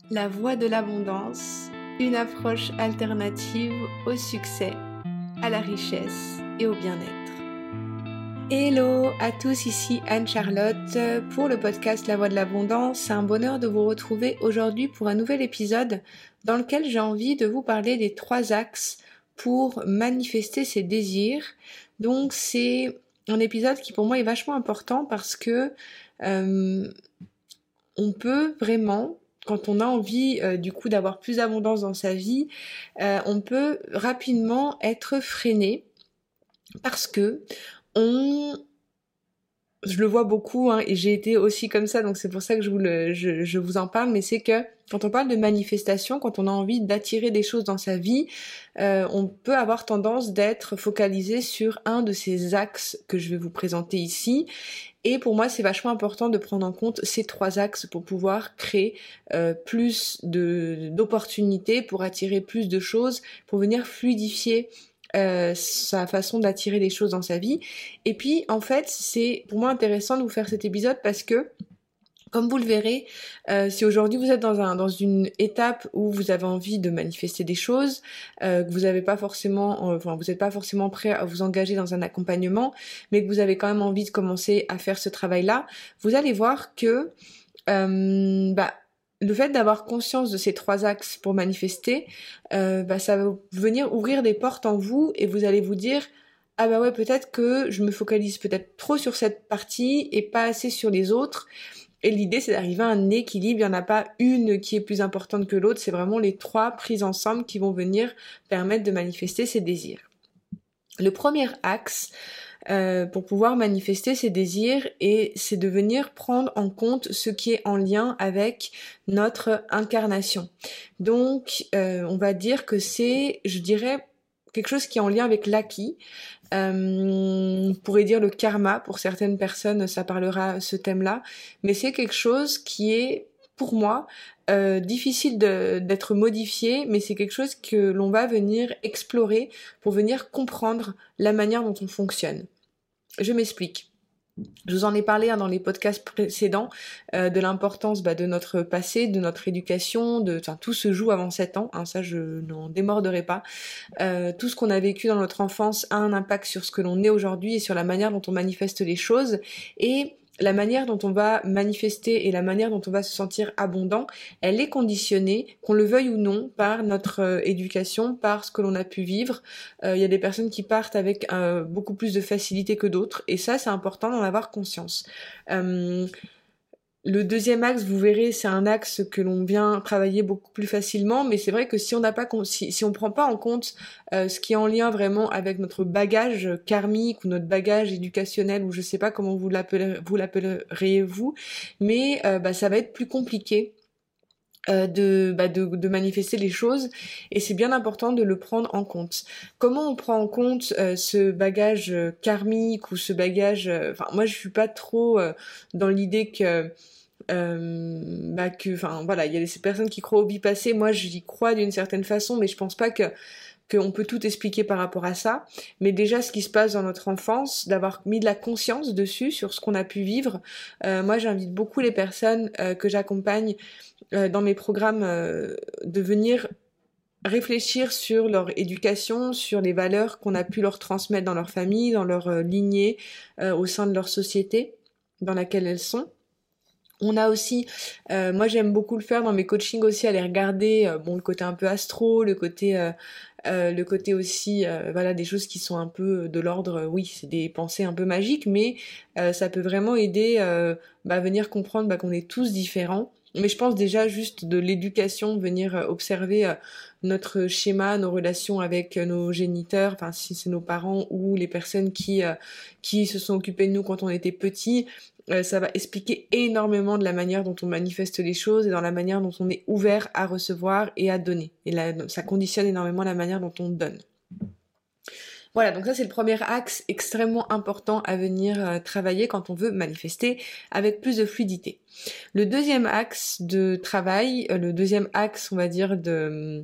La voie de l'abondance, une approche alternative au succès, à la richesse et au bien-être. Hello à tous, ici Anne-Charlotte pour le podcast La voie de l'abondance. C'est un bonheur de vous retrouver aujourd'hui pour un nouvel épisode dans lequel j'ai envie de vous parler des 3 axes pour manifester ses désirs. Donc c'est un épisode qui pour moi est vachement important parce que on peut vraiment, quand on a envie du coup d'avoir plus d'abondance dans sa vie, on peut rapidement être freiné parce que je le vois beaucoup et j'ai été aussi comme ça, donc c'est pour ça que je vous en parle, mais c'est que quand on parle de manifestation, quand on a envie d'attirer des choses dans sa vie, on peut avoir tendance d'être focalisé sur un de ces axes que je vais vous présenter ici. Et pour moi, c'est vachement important de prendre en compte ces 3 axes pour pouvoir créer plus d'opportunités, pour attirer plus de choses, pour venir fluidifier sa façon d'attirer des choses dans sa vie. Et puis, en fait, c'est pour moi intéressant de vous faire cet épisode parce que, comme vous le verrez, si aujourd'hui vous êtes dans une étape où vous avez envie de manifester des choses, que vous n'avez pas forcément, vous n'êtes pas forcément prêt à vous engager dans un accompagnement, mais que vous avez quand même envie de commencer à faire ce travail-là, vous allez voir que le fait d'avoir conscience de ces 3 axes pour manifester, ça va venir ouvrir des portes en vous et vous allez vous dire « Ah bah ouais, peut-être que je me focalise peut-être trop sur cette partie et pas assez sur les autres ». Et l'idée, c'est d'arriver à un équilibre. Il n'y en a pas une qui est plus importante que l'autre. C'est vraiment les 3 prises ensemble qui vont venir permettre de manifester ses désirs. Le premier axe pour pouvoir manifester ses désirs, c'est de venir prendre en compte ce qui est en lien avec notre incarnation. Donc, on va dire que c'est, je dirais, quelque chose qui est en lien avec l'acquis. On pourrait dire le karma, pour certaines personnes ça parlera ce thème-là, mais c'est quelque chose qui est pour moi difficile d'être modifié, mais c'est quelque chose que l'on va venir explorer pour venir comprendre la manière dont on fonctionne. Je m'explique. Je vous en ai parlé dans les podcasts précédents de l'importance de notre passé, de notre éducation, tout se joue avant 7 ans, ça je n'en démorderai pas. Tout ce qu'on a vécu dans notre enfance a un impact sur ce que l'on est aujourd'hui et sur la manière dont on manifeste les choses, et la manière dont on va manifester et la manière dont on va se sentir abondant, elle est conditionnée, qu'on le veuille ou non, par notre éducation, par ce que l'on a pu vivre. Il y a des personnes qui partent avec beaucoup plus de facilité que d'autres, et ça, c'est important d'en avoir conscience. Le deuxième axe, vous verrez, c'est un axe que l'on vient travailler beaucoup plus facilement, mais c'est vrai que si on prend pas en compte ce qui est en lien vraiment avec notre bagage karmique ou notre bagage éducationnel, ou je sais pas comment vous l'appelleriez vous, mais ça va être plus compliqué de manifester les choses, et c'est bien important de le prendre en compte. Comment on prend en compte ce bagage karmique ou ce bagage... moi je suis pas trop dans l'idée que il y a ces personnes qui croient au vie passé, moi j'y crois d'une certaine façon, mais je pense pas qu'on peut tout expliquer par rapport à ça. Mais déjà, ce qui se passe dans notre enfance, d'avoir mis de la conscience dessus, sur ce qu'on a pu vivre. Moi, j'invite beaucoup les personnes que j'accompagne dans mes programmes de venir réfléchir sur leur éducation, sur les valeurs qu'on a pu leur transmettre dans leur famille, dans leur lignée, au sein de leur société dans laquelle elles sont. On a aussi, moi j'aime beaucoup le faire dans mes coachings aussi, aller regarder le côté un peu astro, le côté aussi des choses qui sont un peu de l'ordre, oui, c'est des pensées un peu magiques, mais ça peut vraiment aider à venir comprendre qu'on est tous différents. Mais je pense déjà juste de l'éducation, venir observer notre schéma, nos relations avec nos géniteurs, enfin si c'est nos parents ou les personnes qui se sont occupées de nous quand on était petits. Ça va expliquer énormément de la manière dont on manifeste les choses et dans la manière dont on est ouvert à recevoir et à donner. Et là, ça conditionne énormément la manière dont on donne. Voilà, donc ça c'est le premier axe extrêmement important à venir travailler quand on veut manifester avec plus de fluidité. Le deuxième axe de travail, le deuxième axe, on va dire, de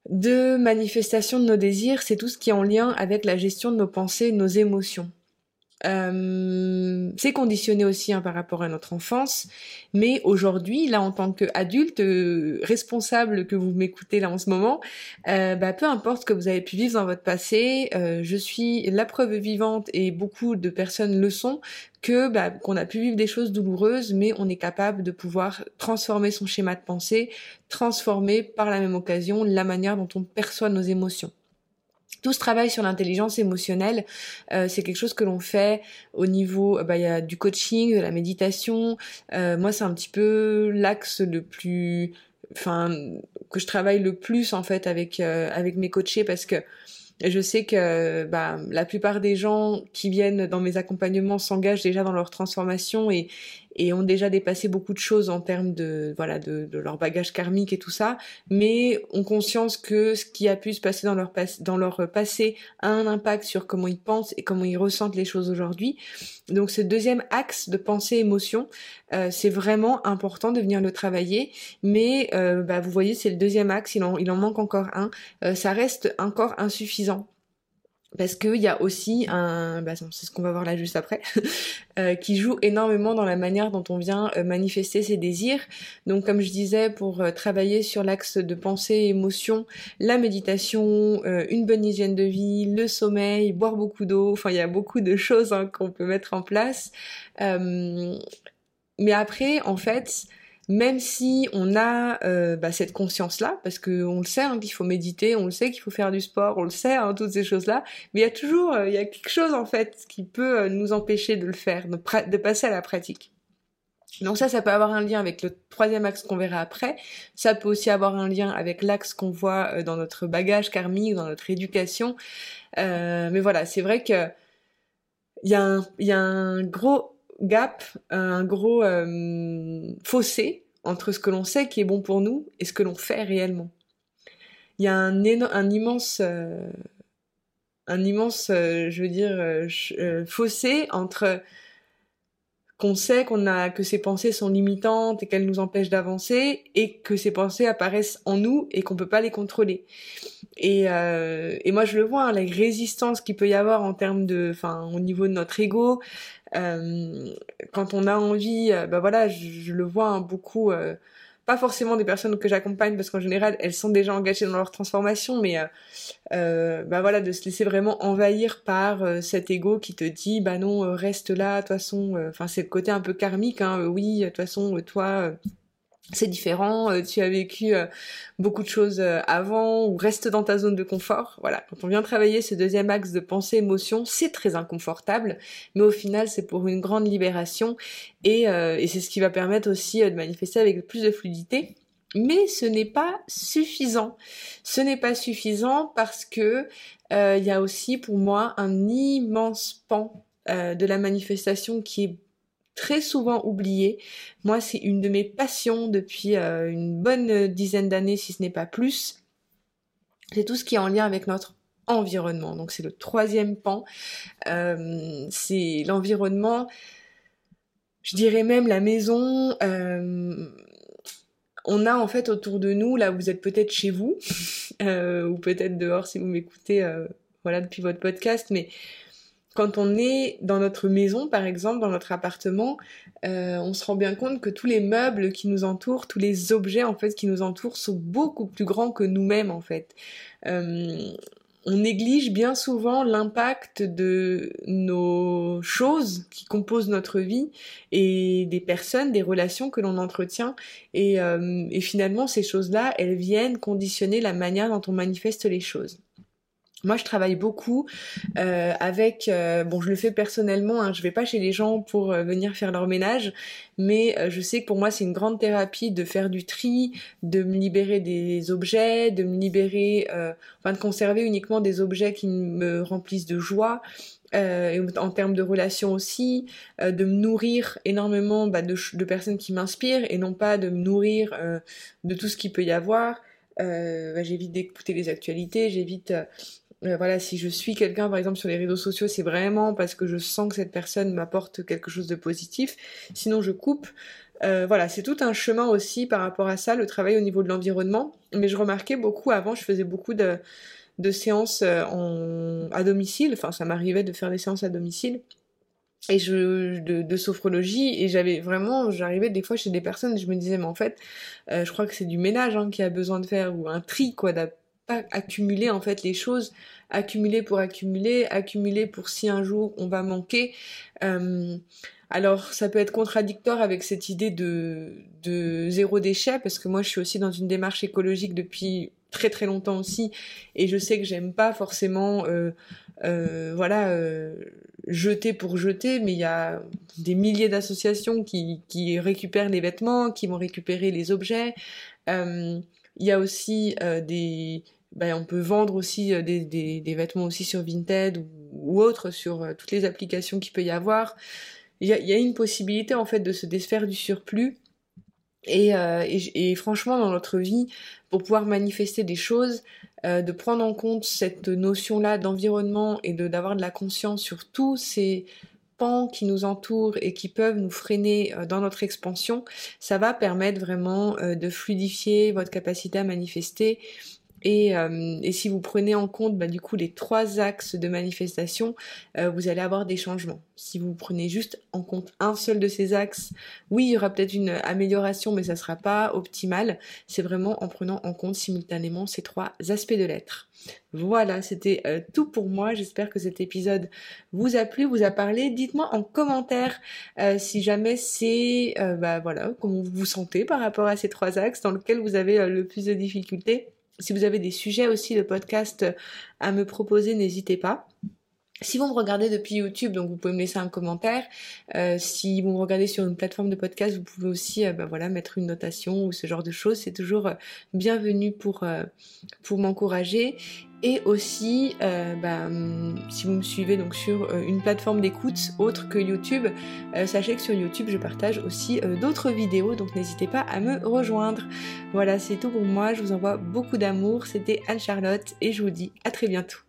manifestation de nos désirs, c'est tout ce qui est en lien avec la gestion de nos pensées, de nos émotions. C'est conditionné aussi par rapport à notre enfance, mais aujourd'hui, là en tant qu'adulte responsable que vous m'écoutez là en ce moment, peu importe ce que vous avez pu vivre dans votre passé, je suis la preuve vivante et beaucoup de personnes le sont qu'on a pu vivre des choses douloureuses, mais on est capable de pouvoir transformer son schéma de pensée, transformer par la même occasion la manière dont on perçoit nos émotions. Tout ce travail sur l'intelligence émotionnelle, c'est quelque chose que l'on fait au niveau, il y a du coaching, de la méditation. Moi, c'est un petit peu l'axe que je travaille le plus en fait avec mes coachés, parce que je sais que la plupart des gens qui viennent dans mes accompagnements s'engagent déjà dans leur transformation et ont déjà dépassé beaucoup de choses en termes de leur bagage karmique et tout ça, mais ont conscience que ce qui a pu se passer dans leur passé a un impact sur comment ils pensent et comment ils ressentent les choses aujourd'hui. Donc ce deuxième axe de pensée-émotion, c'est vraiment important de venir le travailler, mais vous voyez, c'est le deuxième axe, il en manque encore un, ça reste encore insuffisant. Parce qu'il y a aussi c'est ce qu'on va voir là juste après, qui joue énormément dans la manière dont on vient manifester ses désirs. Donc comme je disais, pour travailler sur l'axe de pensée et émotion, la méditation, une bonne hygiène de vie, le sommeil, boire beaucoup d'eau, il y a beaucoup de choses qu'on peut mettre en place. Mais après, en fait, même si on a cette conscience-là, parce qu'on le sait qu'il faut méditer, on le sait qu'il faut faire du sport, on le sait, toutes ces choses-là, mais il y a toujours il y a quelque chose en fait qui peut nous empêcher de le faire, de passer à la pratique. Donc ça peut avoir un lien avec le troisième axe qu'on verra après. Ça peut aussi avoir un lien avec l'axe qu'on voit dans notre bagage karmique, dans notre éducation. Mais voilà, c'est vrai que il y a un gros gap, un gros fossé entre ce que l'on sait qui est bon pour nous et ce que l'on fait réellement. Il y a un immense fossé entre qu'on sait que ces pensées sont limitantes et qu'elles nous empêchent d'avancer, et que ces pensées apparaissent en nous et qu'on peut pas les contrôler. Et moi je le vois, la résistance qu'il peut y avoir en termes au niveau de notre ego, quand on a envie, je le vois beaucoup, pas forcément des personnes que j'accompagne parce qu'en général elles sont déjà engagées dans leur transformation, mais de se laisser vraiment envahir par cet ego qui te dit non, reste là, de toute façon, c'est le côté un peu karmique, oui, de toute façon toi c'est différent, tu as vécu beaucoup de choses avant, ou reste dans ta zone de confort. Voilà, quand on vient travailler ce deuxième axe de pensée-émotion, c'est très inconfortable, mais au final c'est pour une grande libération, et c'est ce qui va permettre aussi de manifester avec plus de fluidité. Mais ce n'est pas suffisant. Ce n'est pas suffisant parce que il y a aussi pour moi un immense pan de la manifestation qui est très souvent oublié. Moi, c'est une de mes passions depuis une bonne dizaine d'années, si ce n'est pas plus. C'est tout ce qui est en lien avec notre environnement. Donc c'est le troisième pan. C'est l'environnement, je dirais même la maison. On a en fait autour de nous, là vous êtes peut-être chez vous, ou peut-être dehors si vous m'écoutez depuis votre podcast, mais quand on est dans notre maison, par exemple, dans notre appartement, on se rend bien compte que tous les meubles qui nous entourent, tous les objets en fait qui nous entourent sont beaucoup plus grands que nous-mêmes en fait. On néglige bien souvent l'impact de nos choses qui composent notre vie et des personnes, des relations que l'on entretient. Et finalement, ces choses-là, elles viennent conditionner la manière dont on manifeste les choses. Moi, je travaille beaucoup avec... je le fais personnellement, je vais pas chez les gens pour venir faire leur ménage, mais je sais que pour moi, c'est une grande thérapie de faire du tri, de me libérer des objets, de me libérer... de conserver uniquement des objets qui me remplissent de joie, et en termes de relations aussi, de me nourrir énormément de personnes qui m'inspirent, et non pas de me nourrir de tout ce qu'il peut y avoir. J'évite d'écouter les actualités, j'évite... si je suis quelqu'un par exemple sur les réseaux sociaux, c'est vraiment parce que je sens que cette personne m'apporte quelque chose de positif, sinon je coupe. C'est tout un chemin aussi par rapport à ça, le travail au niveau de l'environnement. Mais je remarquais beaucoup, avant je faisais beaucoup de séances à domicile, ça m'arrivait de faire des séances à domicile, de sophrologie, et j'arrivais des fois chez des personnes et je me disais mais en fait je crois que c'est du ménage qui a besoin de faire, ou un tri quoi, de pas accumuler en fait les choses, accumuler pour si un jour on va manquer. Euh, alors ça peut être contradictoire avec cette idée de zéro déchet, parce que moi je suis aussi dans une démarche écologique depuis très très longtemps aussi, et je sais que j'aime pas forcément jeter pour jeter, mais il y a des milliers d'associations qui récupèrent les vêtements, qui vont récupérer les objets. Il y a aussi on peut vendre aussi des vêtements aussi sur Vinted ou autres, sur toutes les applications qu'il peut y avoir. Il y a une possibilité en fait de se défaire du surplus. Et franchement, dans notre vie, pour pouvoir manifester des choses, de prendre en compte cette notion-là d'environnement et d'avoir de la conscience sur tous ces pans qui nous entourent et qui peuvent nous freiner dans notre expansion, ça va permettre vraiment de fluidifier votre capacité à manifester. Et si vous prenez en compte du coup les 3 axes de manifestation, vous allez avoir des changements. Si vous prenez juste en compte un seul de ces axes, oui, il y aura peut-être une amélioration, mais ça sera pas optimal. C'est vraiment en prenant en compte simultanément ces 3 aspects de l'être. Voilà, c'était tout pour moi. J'espère que cet épisode vous a plu, vous a parlé. Dites-moi en commentaire si jamais c'est comment vous vous sentez par rapport à ces 3 axes dans lesquels vous avez le plus de difficultés. Si vous avez des sujets aussi de podcast à me proposer, n'hésitez pas. Si vous me regardez depuis YouTube, donc vous pouvez me laisser un commentaire. Si vous me regardez sur une plateforme de podcast, vous pouvez aussi mettre une notation ou ce genre de choses. C'est toujours bienvenu pour m'encourager. Et aussi, si vous me suivez donc sur une plateforme d'écoute autre que YouTube, sachez que sur YouTube, je partage aussi d'autres vidéos, donc n'hésitez pas à me rejoindre. Voilà, c'est tout pour moi. Je vous envoie beaucoup d'amour. C'était Anne-Charlotte et je vous dis à très bientôt.